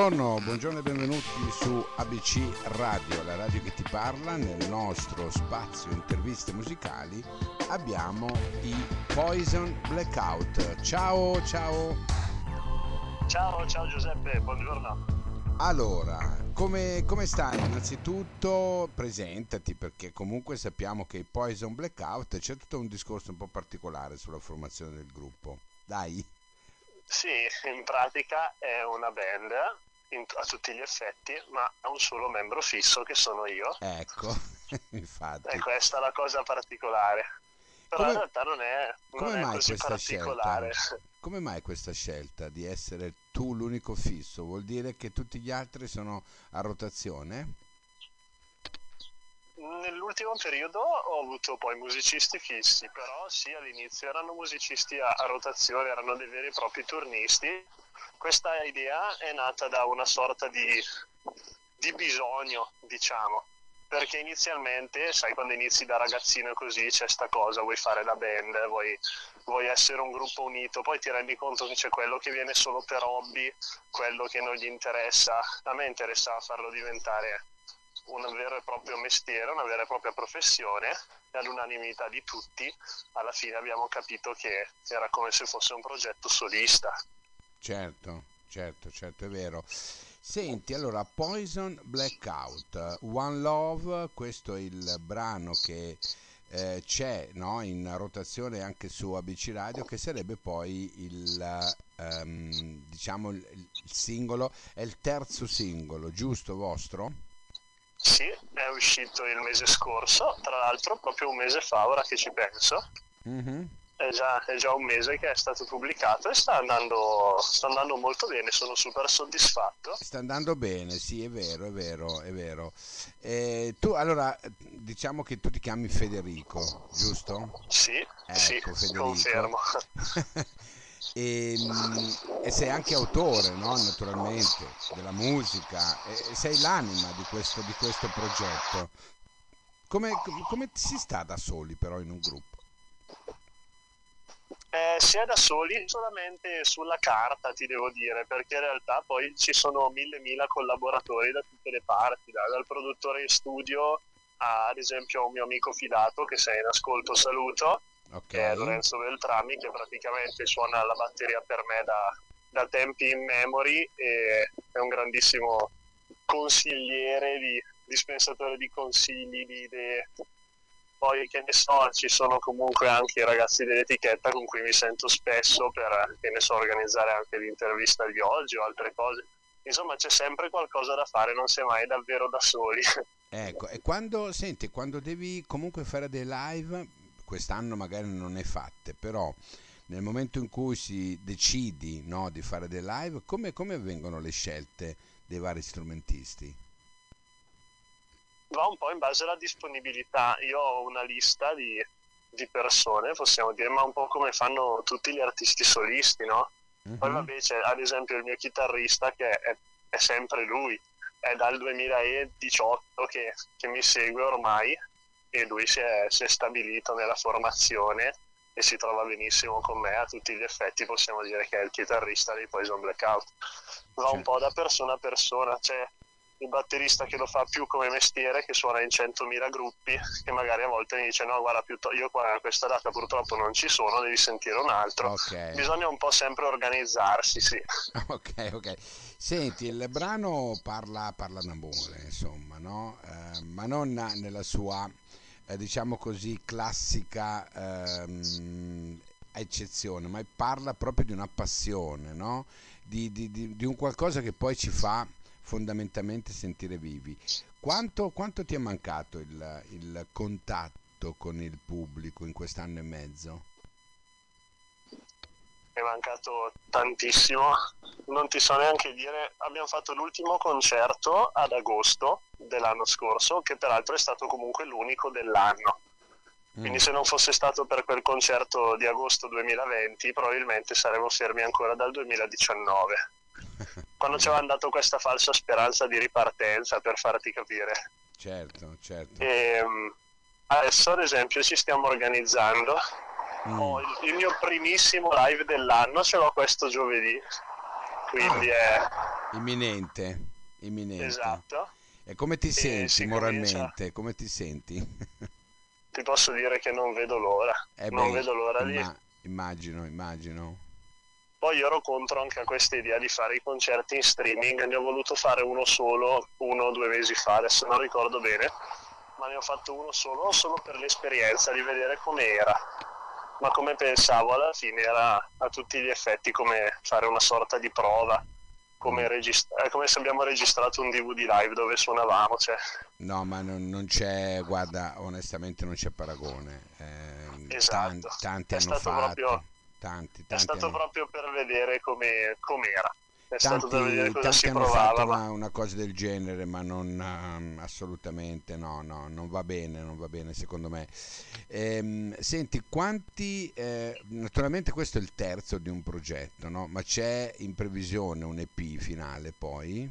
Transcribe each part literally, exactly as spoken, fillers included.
Buongiorno, buongiorno e benvenuti su A B C Radio, la radio che ti parla. Nel nostro spazio interviste musicali abbiamo i Poison Blackout. Ciao, ciao. Ciao, ciao Giuseppe, buongiorno. Allora, come, come stai? Innanzitutto presentati, perché comunque sappiamo che i Poison Blackout c'è tutto un discorso un po' particolare sulla formazione del gruppo. Dai. Sì, in pratica è una band in- a tutti gli effetti, ma ha un solo membro fisso che sono io. Ecco, infatti. E questa è la cosa particolare. Però Come, in realtà non è, non come è mai così questa particolare. scelta? Come mai questa scelta di essere tu l'unico fisso? Vuol dire che tutti gli altri sono a rotazione? Nell'ultimo periodo ho avuto poi musicisti fissi, però sì, all'inizio erano musicisti a, a rotazione, erano dei veri e propri turnisti. Questa idea è nata da una sorta di, di bisogno, diciamo, perché inizialmente, sai, quando inizi da ragazzino così c'è sta cosa, vuoi fare la band, vuoi, vuoi essere un gruppo unito, poi ti rendi conto che c'è quello che viene solo per hobby, quello che non gli interessa. A me interessava farlo diventare un vero e proprio mestiere, una vera e propria professione, e all'unanimità di tutti alla fine abbiamo capito che era come se fosse un progetto solista. Certo, certo, certo, è vero. Senti, allora, Poison Blackout, One Love, questo è il brano che eh, c'è, no, in rotazione anche su A B C Radio, che sarebbe poi il, ehm, diciamo, il, il singolo, è il terzo singolo, giusto, vostro? Sì, è uscito il mese scorso, tra l'altro proprio un mese fa, ora che ci penso. Mhm. È già, è già un mese che è stato pubblicato e sta andando, sta andando molto bene, sono super soddisfatto. Sta andando bene, sì, è vero, è vero, è vero. Eh, tu, allora, diciamo che tu ti chiami Federico, giusto? Sì, sì, Ecco, Federico. confermo. E, mm, e sei anche autore, no? Naturalmente, della musica, e sei l'anima di questo, di questo progetto. Come, come si sta da soli però in un gruppo? Eh, si è da soli solamente sulla carta, ti devo dire, perché in realtà poi ci sono mille mila collaboratori da tutte le parti, da- dal produttore in studio a, ad esempio, un mio amico fidato che sei in ascolto, saluto, Ok, che è Lorenzo Beltrami, che praticamente suona la batteria per me da, da tempi in memory e è un grandissimo consigliere, di, dispensatore di consigli, di idee. Poi, che ne so, ci sono comunque anche i ragazzi dell'etichetta con cui mi sento spesso per, che ne so, organizzare anche l'intervista di oggi o altre cose. Insomma, c'è sempre qualcosa da fare, non si è mai davvero da soli. ecco, e quando, senti, quando devi comunque fare dei live, quest'anno magari non ne fatte, però nel momento in cui si decidi, no, di fare dei live, come, come avvengono le scelte dei vari strumentisti? Va un po' in base alla disponibilità. Io ho una lista di, di persone, possiamo dire, ma un po' come fanno tutti gli artisti solisti, no? Poi Mhm. vabbè, c'è ad esempio il mio chitarrista che è, è sempre lui, è dal duemiladiciotto che, che mi segue ormai e lui si è, si è stabilito nella formazione e si trova benissimo con me a tutti gli effetti, possiamo dire che è il chitarrista dei Poison Blackout. Va un Cioè, po' da persona a persona, c'è il batterista che lo fa più come mestiere, che suona in centomila gruppi, che magari a volte mi dice no guarda, piuttosto io qua a questa data purtroppo non ci sono, devi sentire un altro. ok. Bisogna un po' sempre organizzarsi, sì. Ok, ok. Senti, il brano parla, parla d'amore, insomma, no? Eh, ma non nella sua, eh, diciamo così, classica ehm, eccezione, ma parla proprio di una passione, no? Di, di- di- di un qualcosa che poi ci fa fondamentalmente sentire vivi. Quanto, quanto ti è mancato il, il contatto con il pubblico in quest'anno e mezzo? Mi è mancato tantissimo, non ti so neanche dire, abbiamo fatto l'ultimo concerto ad agosto dell'anno scorso, che peraltro è stato comunque l'unico dell'anno. Quindi Mm. se non fosse stato per quel concerto di agosto duemilaventi, probabilmente saremmo fermi ancora dal duemiladiciannove. Quando ci Vabbè, avevano dato questa falsa speranza di ripartenza, per farti capire. certo, certo. E, um, adesso, ad esempio, ci stiamo organizzando. Ho Mm. il, il mio primissimo live dell'anno, ce l'ho questo giovedì. Quindi Ah, è, Imminente, imminente. Esatto. E come ti E senti si comincia. moralmente? Come ti senti? Ti posso dire che non vedo l'ora, Eh non beh, vedo l'ora di. imma- immagino, immagino. Poi io ero contro anche a questa idea di fare i concerti in streaming, ne ho voluto fare uno solo uno o due mesi fa, adesso non ricordo bene, ma ne ho fatto uno solo, solo per l'esperienza di vedere com'era. Ma come pensavo, alla fine era a tutti gli effetti come fare una sorta di prova, come, Mm. registra- è come se abbiamo registrato un D V D live dove suonavamo, cioè. No, ma non, non c'è, guarda, onestamente non c'è paragone. Eh, tan- Esatto, tanti è hanno stato fatto, proprio, tanti, è tanti stato hanno proprio per vedere come, com'era, è stato per vedere Tanti, cosa tanti si hanno fatto provava, ma una, una cosa del genere, ma non ehm, assolutamente no, no, non va bene, non va bene secondo me. Ehm, senti, quanti, eh, naturalmente questo è il terzo di un progetto, no? Ma c'è in previsione un E P finale poi?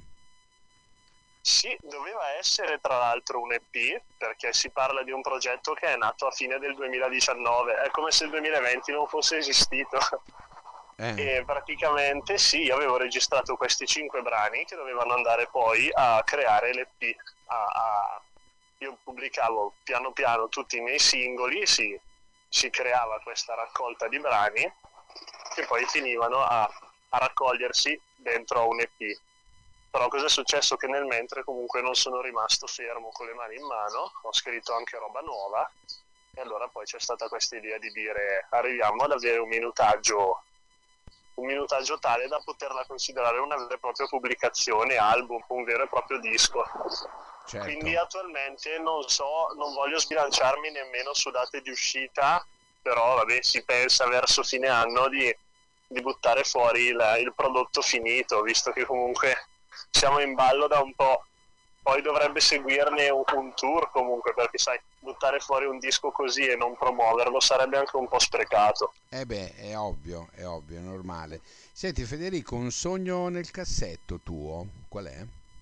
sì, doveva essere tra l'altro un E P, perché si parla di un progetto che è nato a fine del duemiladiciannove, è come se il duemilaventi non fosse esistito. Eh, E praticamente sì, io avevo registrato questi cinque brani che dovevano andare poi a creare l'E P. A, a- Io pubblicavo piano piano tutti i miei singoli, si, si creava questa raccolta di brani che poi finivano a, a raccogliersi dentro a un E P. Però cosa è successo? Che nel mentre comunque non sono rimasto fermo con le mani in mano, ho scritto anche roba nuova e allora poi c'è stata questa idea di dire arriviamo ad avere un minutaggio un minutaggio tale da poterla considerare una vera e propria pubblicazione, album, un vero e proprio disco. Quindi certo. attualmente non so, non voglio sbilanciarmi nemmeno su date di uscita, però vabbè, si pensa verso fine anno di, di buttare fuori il, il prodotto finito, visto che comunque siamo in ballo da un po'. Poi dovrebbe seguirne un, un tour comunque, perché sai, buttare fuori un disco così e non promuoverlo sarebbe anche un po' sprecato. Eh beh, è ovvio, è ovvio, è normale. Senti Federico, un sogno nel cassetto tuo, qual è?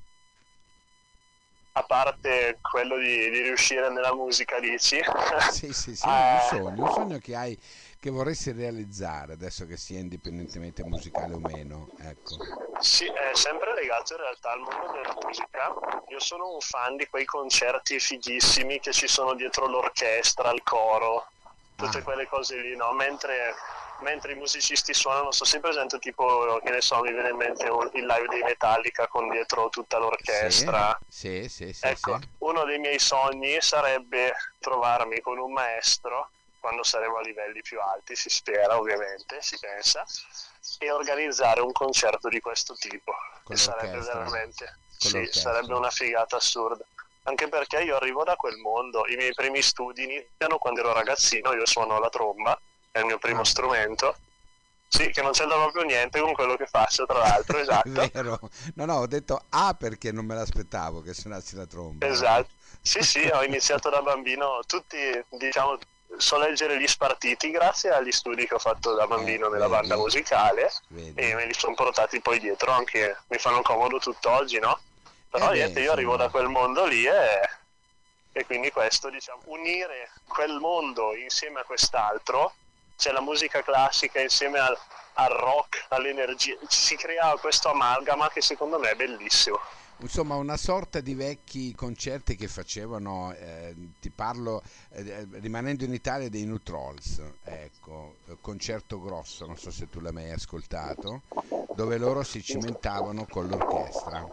A parte quello di, di riuscire nella musica, dici? Sì, sì, sì, no, un Eh, sogno, un sogno che hai, che vorresti realizzare, adesso che sia indipendentemente musicale o meno, ecco. sì, è sempre legato in realtà al mondo della musica. Io sono un fan di quei concerti fighissimi che ci sono dietro l'orchestra, il coro, tutte Ah, quelle cose lì, no? Mentre, mentre i musicisti suonano, sto sempre presente tipo, che ne so, mi viene in mente un- il live dei Metallica con dietro tutta sì, l'orchestra. sì, sì, sì, Ecco, sì. uno dei miei sogni sarebbe trovarmi con un maestro, quando saremo a livelli più alti, si spera ovviamente, si pensa, e organizzare un concerto di questo tipo, che Con sarebbe l'orchestra, veramente, con sì, sarebbe l'orchestra. una figata assurda. Anche perché io arrivo da quel mondo, i miei primi studi iniziano quando ero ragazzino, io suono la tromba, è il mio primo Ah, strumento, sì, che non c'entra proprio niente con quello che faccio, tra l'altro, è esatto. vero. No, no, ho detto ah perché non me l'aspettavo che suonassi la tromba, ecco. Esatto, sì sì, ho iniziato da bambino, tutti diciamo, so leggere gli spartiti grazie agli studi che ho fatto da Eh, bambino nella banda vedi, musicale e vedi. me li sono portati poi dietro, anche mi fanno comodo tutt'oggi, no? Eh Però beh, niente, io arrivo insomma, da quel mondo lì e, e quindi questo, diciamo, unire quel mondo insieme a quest'altro, cioè la musica classica insieme al, al rock, all'energia, si crea questo amalgama che secondo me è bellissimo. insomma, una sorta di vecchi concerti che facevano, eh, ti parlo, eh, rimanendo in Italia, dei New Trolls, ecco, eh, concerto grosso, non so se tu l'hai mai ascoltato, dove loro si cimentavano con l'orchestra.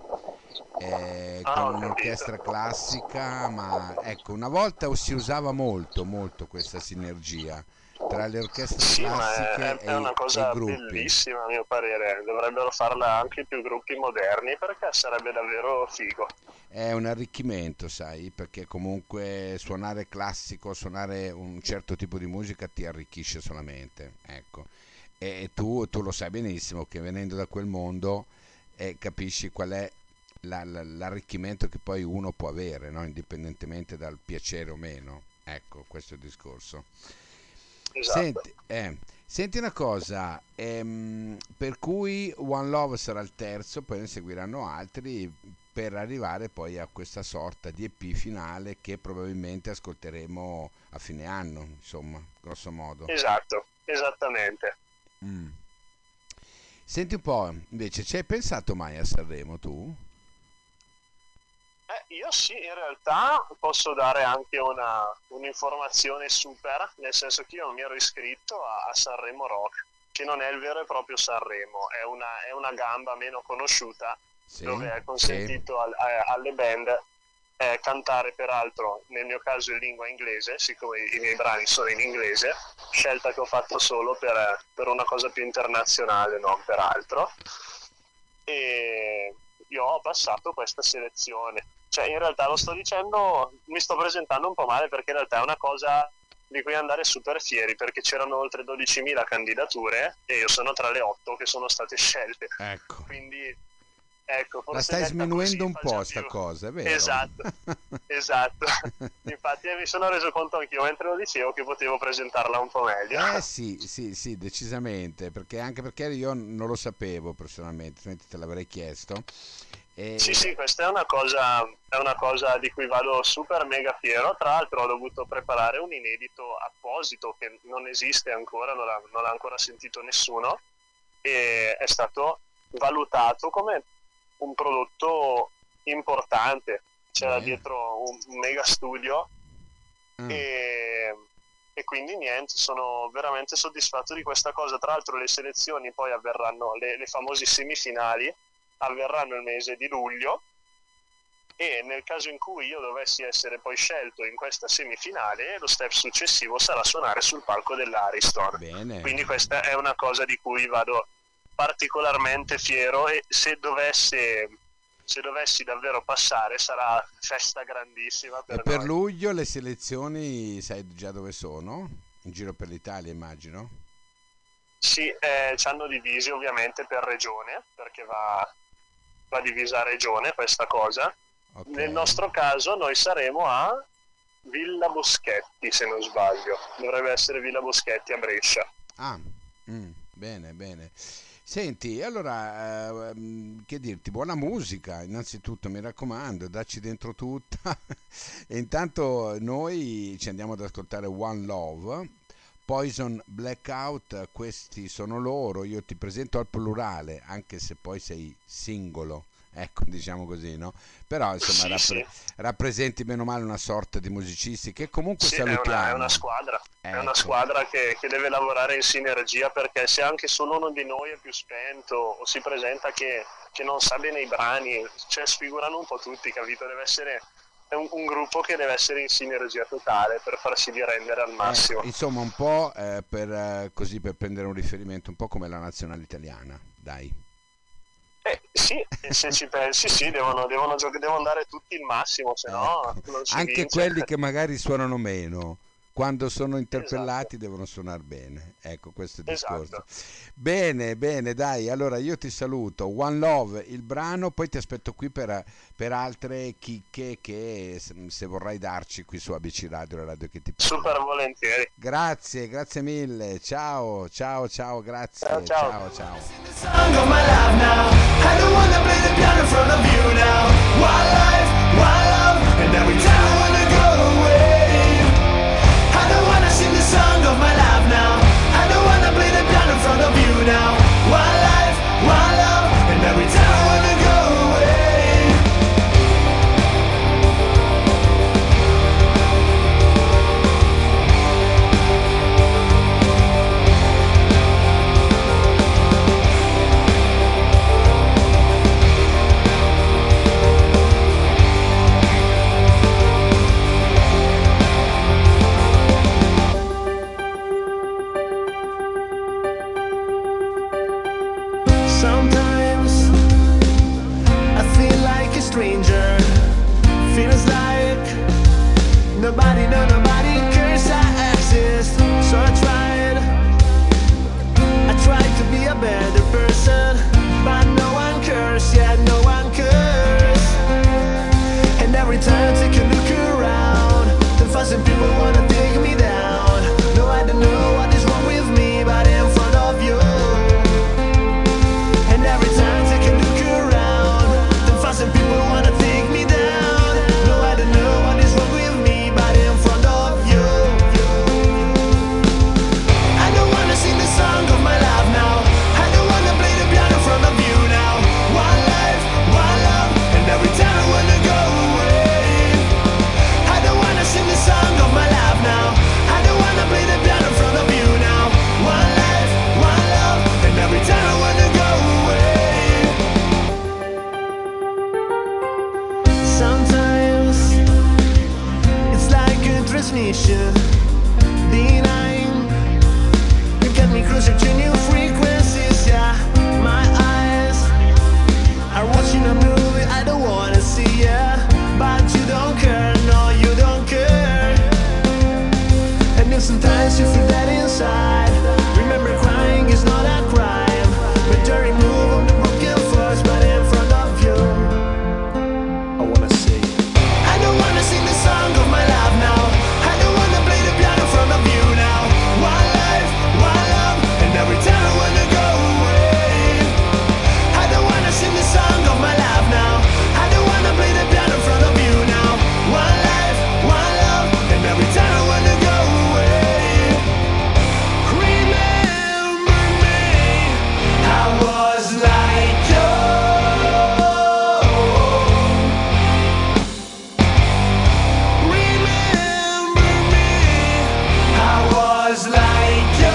Eh, Ah, con ho capito. un'orchestra classica, ma ecco, una volta si usava molto, molto questa sinergia tra le orchestre Sì, ma è, classiche è- è e, una e i cosa gruppi. bellissima a mio parere, dovrebbero farla anche i più gruppi moderni perché sarebbe davvero figo. È un arricchimento, sai, perché comunque suonare classico, suonare un certo tipo di musica ti arricchisce solamente, ecco. E tu, tu lo sai benissimo che venendo da quel mondo eh, capisci qual è la- la- l'arricchimento che poi uno può avere, no? Indipendentemente dal piacere o meno. Ecco, questo è il discorso. Esatto. Senti, eh, senti una cosa, ehm, per cui One Love sarà il terzo, poi ne seguiranno altri per arrivare poi a questa sorta di E P finale che probabilmente ascolteremo a fine anno, insomma, grosso modo. Esatto, esattamente. Mm. Senti un po', invece, ci hai pensato mai a Sanremo tu? Eh, io sì, in realtà posso dare anche una, un'informazione super, nel senso che io mi ero iscritto a, a Sanremo Rock, che non è il vero e proprio Sanremo, è una, è una gamba meno conosciuta Sì, dove è sì. consentito al- a- alle band eh, cantare peraltro, nel mio caso in lingua inglese, siccome i, i miei brani sono in inglese, scelta che ho fatto solo per, per una cosa più internazionale, non per altro. E io ho passato questa selezione. Cioè, in realtà lo sto dicendo, mi sto presentando un po' male perché in realtà è una cosa di cui andare super fieri perché c'erano oltre dodicimila candidature e io sono tra le otto che sono state scelte. Ecco. Quindi, ecco, La forse stai detta sminuendo così un fa già po' sta più. cosa, è vero? Esatto, esatto. Infatti eh, mi sono reso conto anch'io mentre lo dicevo che potevo presentarla un po' meglio. Eh sì, sì, sì, decisamente, perché anche perché io non lo sapevo personalmente, altrimenti te l'avrei chiesto. Sì, Ed sì, questa è una cosa, è una cosa di cui vado super mega fiero. Tra l'altro ho dovuto preparare un inedito apposito che non esiste ancora, non l'ha, non l'ha ancora sentito nessuno e è stato valutato come un prodotto importante. C'era bene. dietro un, un mega studio Ah, e, e quindi niente, sono veramente soddisfatto di questa cosa. Tra l'altro le selezioni poi avverranno, le, le famose semifinali avverranno il mese di luglio e nel caso in cui io dovessi essere poi scelto in questa semifinale, lo step successivo sarà suonare sul palco dell'Ariston. bene. Quindi questa è una cosa di cui vado particolarmente fiero e se dovesse se dovessi davvero passare sarà festa grandissima E per per noi. luglio le selezioni sai già dove sono? In giro per l'Italia, immagino. Sì, eh, ci hanno divisi ovviamente per regione, perché va, va divisa a regione questa cosa. Ok. Nel nostro caso noi saremo a Villa Boschetti, se non sbaglio. Dovrebbe essere Villa Boschetti a Brescia. Ah, mm, bene, bene. Senti, allora, eh, mm, che dirti, buona musica, innanzitutto mi raccomando, dacci dentro tutta. E intanto noi ci andiamo ad ascoltare One Love, Poison Blackout, questi sono loro, io ti presento al plurale, anche se poi sei singolo, ecco, diciamo così, no? Però insomma Sì, rappre- sì, rappresenti bene o male una sorta di musicisti che comunque sì, è una, è una salutiamo. squadra. È una Ecco. squadra che, che deve lavorare in sinergia perché se anche solo uno di noi è più spento o si presenta che, che non sa bene i brani, cioè sfigurano un po' tutti, capito? Deve essere è un, un gruppo che deve essere in sinergia totale per farsi di rendere al Eh, massimo. insomma, un po' eh, per, eh, così per prendere un riferimento, un po' come la nazionale italiana, dai. Eh, sì, e se ci pensi, sì, devono, devono, gioc- devono dare tutti il massimo, se Ecco, no non si anche vince. quelli che magari suonano meno, quando sono Esatto, interpellati devono suonare bene. Ecco, questo è il discorso. esatto. Bene, bene, dai, allora io ti saluto. One Love, il brano, poi ti aspetto qui per, per altre chicche che se se vorrai darci qui su A B C Radio, la radio che ti Super parla. volentieri. Grazie, grazie mille. Ciao, ciao, ciao, Ciao, grazie. ciao. Ciao, ciao. Song of my life now. I don't wanna play the piano in front of you now. One life, one love, and every time I wanna go away. I don't wanna sing the song of my life now. I don't wanna play the piano in front of you now. One life, one love, and every time I wanna go away. Sometimes I feel like a stranger. Feels like nobody, no, nobody cares I exist. So I tried, I tried to be a better person, but no one cares, yeah, no one cares. And every time I take a look around, the thousand people wanna take me down. No, I don't know what is wrong with me, but in front of you. And every time I take a look around, then thousand people wanna take me down. No, I don't know what is wrong with me, but in front of hear new frequencies, yeah. My eyes are watching a movie I don't wanna see, yeah. But you don't care, no, you don't care. And if sometimes you feel that inside, remember crying is not a crime. But to remove all the broken thoughts right in front of you, I wanna say, I don't wanna sing the song of my life now. I don't wanna play the piano in front of you now. One life, one love, and every time I wanna go away. I don't wanna sing the song of my life now. I don't wanna play the piano in front of you now. One life, one love, and every time I wanna go away. Remember me, I was like you. Remember me, I was like you.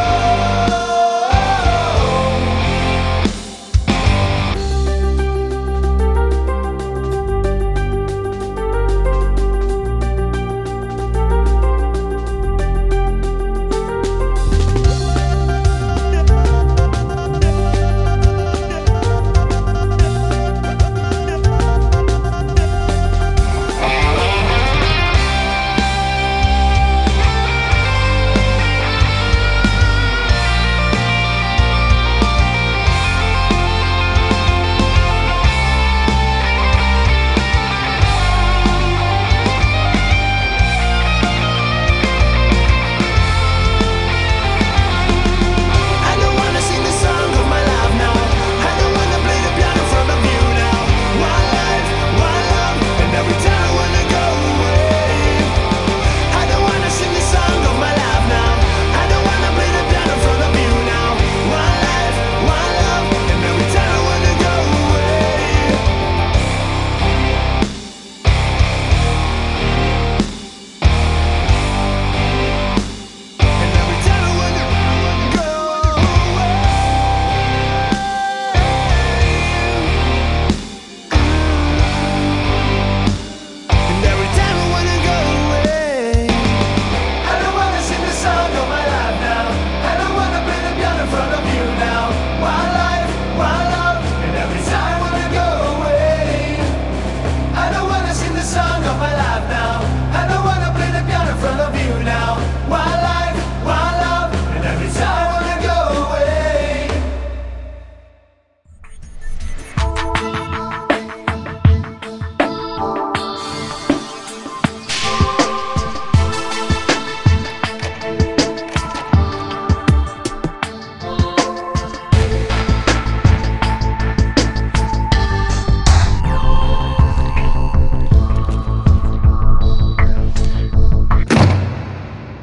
I don't wanna sing the song of my life now. I don't wanna play the piano in front of you now. One life, one love, and every time I wanna go away. I don't wanna sing the song of my life now. I don't wanna play the piano in front of you now. One life, one love, and every time I wanna go away. And every time I wanna go away. And every time I wanna go away. I don't wanna sing the song of my life now. I don't wanna play the piano in front of you now. One